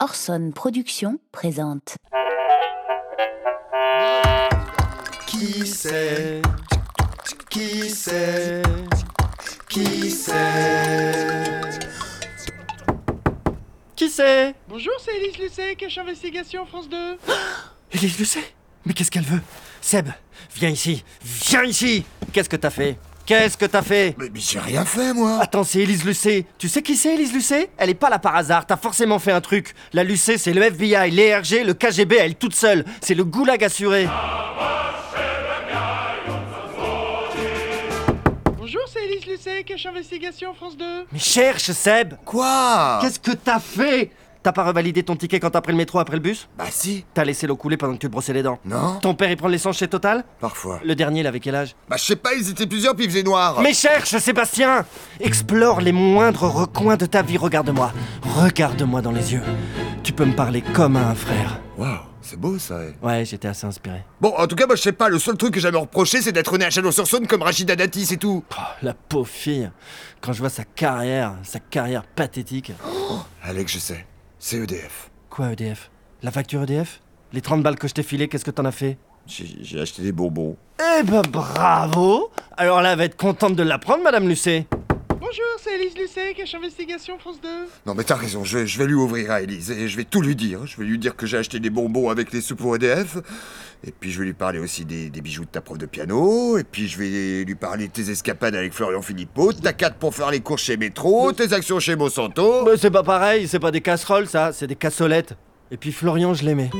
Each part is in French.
Orson Productions présente. Qui c'est? Qui c'est? Qui c'est? Qui c'est? Bonjour, c'est Élise Lucet, Cache Investigation France 2. Élise Lucet? Mais qu'est-ce qu'elle veut? Seb, viens ici! Viens ici! Qu'est-ce que t'as fait? Qu'est-ce que t'as fait? Mais j'ai rien fait, moi. Attends, c'est Élise Lucet. Tu sais qui c'est, Élise Lucet? Elle est pas là par hasard, t'as forcément fait un truc. La Lucet, c'est le FBI, l'ERG, le KGB, elle toute seule. C'est le goulag assuré. Bonjour, c'est Élise Lucet, Cache Investigation France 2. Mais cherche, Seb! Quoi? Qu'est-ce que t'as fait? T'as pas revalidé ton ticket quand t'as pris le métro après le bus? Bah si. T'as laissé l'eau couler pendant que tu te brossais les dents? Non. Ton père, il prend de l'essence chez Total? Parfois. Le dernier, il avait quel âge? Bah je sais pas, ils étaient plusieurs puis ils faisaient noir. Mais cherche, Sébastien! Explore les moindres recoins de ta vie, regarde-moi. Regarde-moi dans les yeux. Tu peux me parler comme à un frère. Waouh, c'est beau ça. Ouais, j'étais assez inspiré. Bon, en tout cas, moi je sais pas, le seul truc que j'avais reproché, c'est d'être né à Chalon-sur-Saône comme Rachida Dati, c'est tout. Oh, la pauvre fille. Quand je vois sa carrière pathétique. Alex, je sais. C'est EDF. Quoi, EDF? La facture EDF? Les 30 balles que je t'ai filées, qu'est-ce que t'en as fait? J'ai acheté des bonbons. Eh ben bravo! Alors là, elle va être contente de l'apprendre, Madame Lucet. Bonjour, c'est Élise Lucet, Cache Investigation France 2. Non mais t'as raison, je vais lui ouvrir à Élise et je vais tout lui dire. Je vais lui dire que j'ai acheté des bonbons avec les sous pour EDF. Et puis je vais lui parler aussi des bijoux de ta prof de piano. Et puis je vais lui parler de tes escapades avec Florian Philippot, ta carte pour faire les courses chez Métro, tes actions chez Monsanto. Mais c'est pas pareil, c'est pas des casseroles ça, c'est des cassolettes. Et puis Florian, je l'aimais.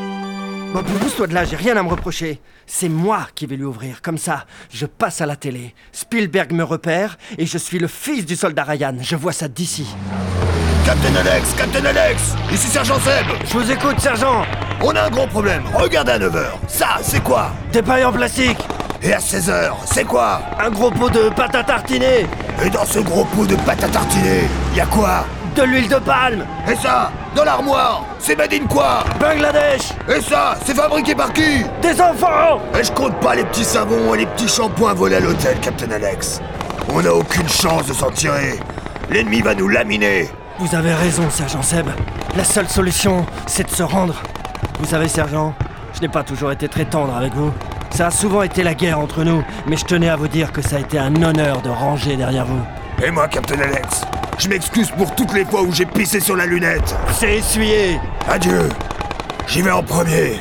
Bon, pousse-toi de là, j'ai rien à me reprocher. C'est moi qui vais lui ouvrir, comme ça, je passe à la télé. Spielberg me repère, et je suis le fils du soldat Ryan, je vois ça d'ici. Captain Alex, ici Sergent Seb. Je vous écoute, sergent. On a un gros problème, regardez à 9h. Ça, c'est quoi? Des pailles en plastique. Et à 16h, c'est quoi? Un gros pot de pâte à tartiner. Et dans ce gros pot de pâte à tartiner, y a quoi? De l'huile de palme. Et ça, dans l'armoire, c'est made in quoi? Bangladesh. Et ça, c'est fabriqué par qui? Des enfants. Et je compte pas les petits savons et les petits shampoings volés à l'hôtel, Captain Alex. On n'a aucune chance de s'en tirer. L'ennemi va nous laminer. Vous avez raison, sergent Seb. La seule solution, c'est de se rendre. Vous savez, sergent, je n'ai pas toujours été très tendre avec vous. Ça a souvent été la guerre entre nous, mais je tenais à vous dire que ça a été un honneur de ranger derrière vous. Et moi, Captain Alex, je m'excuse pour toutes les fois où j'ai pissé sur la lunette. C'est essuyé. Adieu. J'y vais en premier.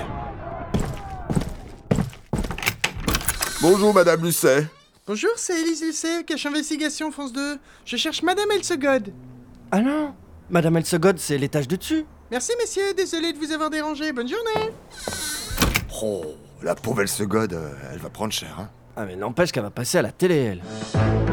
Bonjour, Madame Lucet. Bonjour, c'est Élise Lucet, Cache Investigation France 2. Je cherche Madame Elsegod. Ah non, Madame Elsegod, c'est l'étage de dessus. Merci messieurs, désolé de vous avoir dérangé, bonne journée. Oh, la pauvre Elsegod, elle va prendre cher, hein. Ah mais n'empêche qu'elle va passer à la télé, elle.